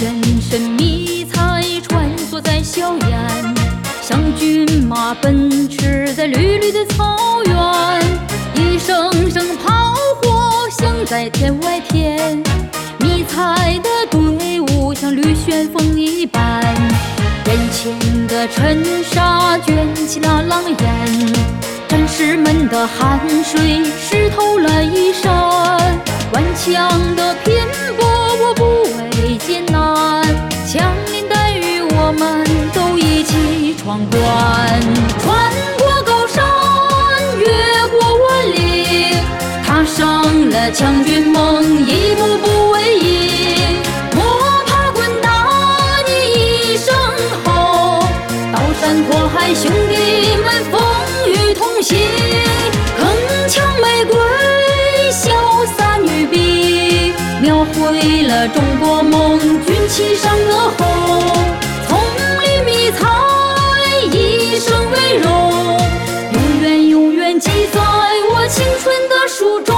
身身迷彩穿梭在硝烟，像骏马奔驰在绿绿的草原，一声声炮火响在天外天，迷彩的队伍像绿旋风一般，人前的尘沙卷起了狼烟，战士们的汗水湿透了衣衫，顽强的拼搏我不畏艰难，枪林弹雨我们都一起闯关，穿过高山越过万里，踏上了强军梦一步步为营，摸爬滚打你一生后，刀山火海兄弟们风雨同行，铿锵玫瑰潇洒女臂，描绘了中国梦军旗上的红，丛林迷彩一生为荣，永远永远记在我青春的书中。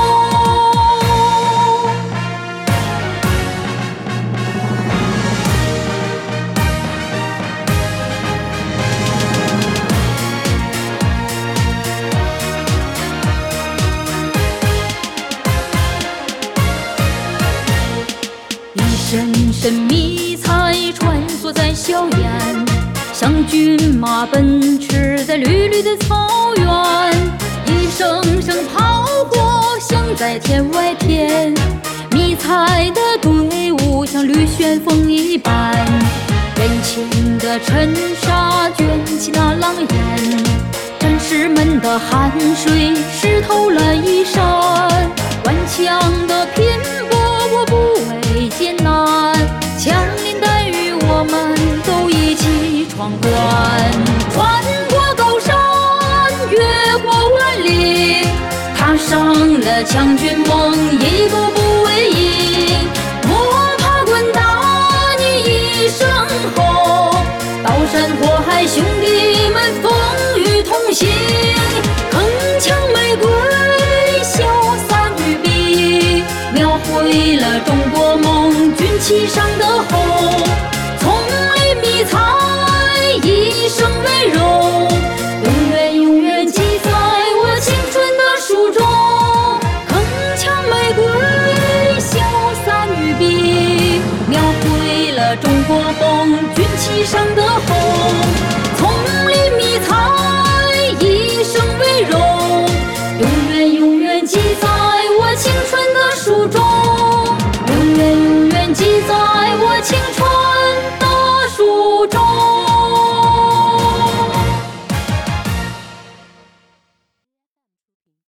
身身迷彩穿梭在硝烟，像骏马奔驰在绿绿的草原，一声声炮火响在天外天，迷彩的队伍像绿旋风一般，人前的尘沙卷起了狼烟，战士们的汗水湿透了衣衫，顽强的拼搏我不畏艰难，枪林弹雨我们都一起闯关，穿过高山越过万里，踏上了强军梦一步步为营，摸爬滚打你一生后，刀山火海兄弟们风雨同行，铿锵玫瑰潇洒女臂，描绘了中国梦军旗上的红，丛林迷彩一生为荣，永远永远记在我青春的书中，铿锵玫瑰潇洒女臂，描绘了中国梦军旗上的红。